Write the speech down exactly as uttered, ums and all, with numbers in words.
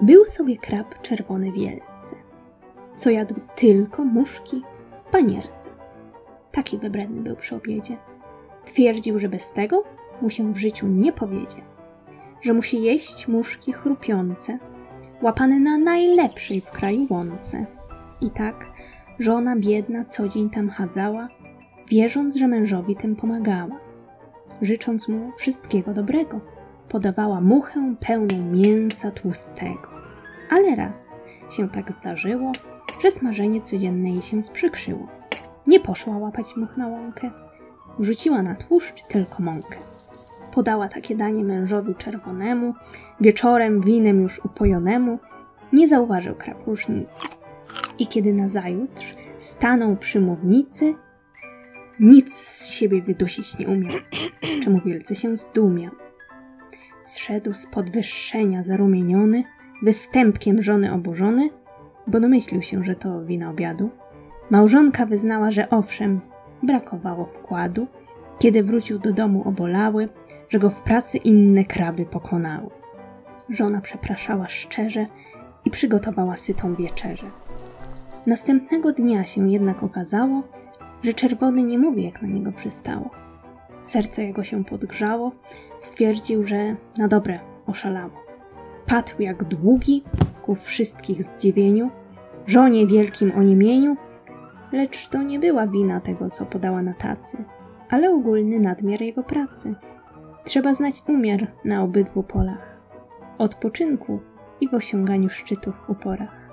Był sobie krab czerwony wielce, co jadł tylko muszki w panierce. Taki wybredny był przy obiedzie. Twierdził, że bez tego mu się w życiu nie powiedzie, że musi jeść muszki chrupiące, łapane na najlepszej w kraju łące. I tak żona biedna co dzień tam chadzała, wierząc, że mężowi tym pomagała. Życząc mu wszystkiego dobrego, podawała muchę pełną mięsa tłustego. Ale raz się tak zdarzyło, że smażenie codzienne jej się sprzykrzyło. Nie poszła łapać much na łąkę, wrzuciła na tłuszcz tylko mąkę. Podała takie danie mężowi czerwonemu, wieczorem winem już upojonemu, nie zauważył krab różnicy. I kiedy nazajutrz stanął przy mównicy, nic z siebie wydusić nie umiał, czemu wielce się zdumiał. Zszedł z podwyższenia zarumieniony, występkiem żony oburzony, bo domyślił się, że to wina obiadu. Małżonka wyznała, że owszem, brakowało wkładu, kiedy wrócił do domu obolały, że go w pracy inne kraby pokonały. Żona przepraszała szczerze i przygotowała sytą wieczerzę. Następnego dnia się jednak okazało, że czerwony nie mówi, jak na niego przystało. Serce jego się podgrzało, stwierdził, że na dobre oszalało. Padł jak długi ku wszystkich zdziwieniu, żonie wielkim oniemieniu, lecz to nie była wina tego, co podała na tacy, ale ogólny nadmiar jego pracy. Trzeba znać umiar na obydwu polach, odpoczynku i w osiąganiu szczytów w uporach.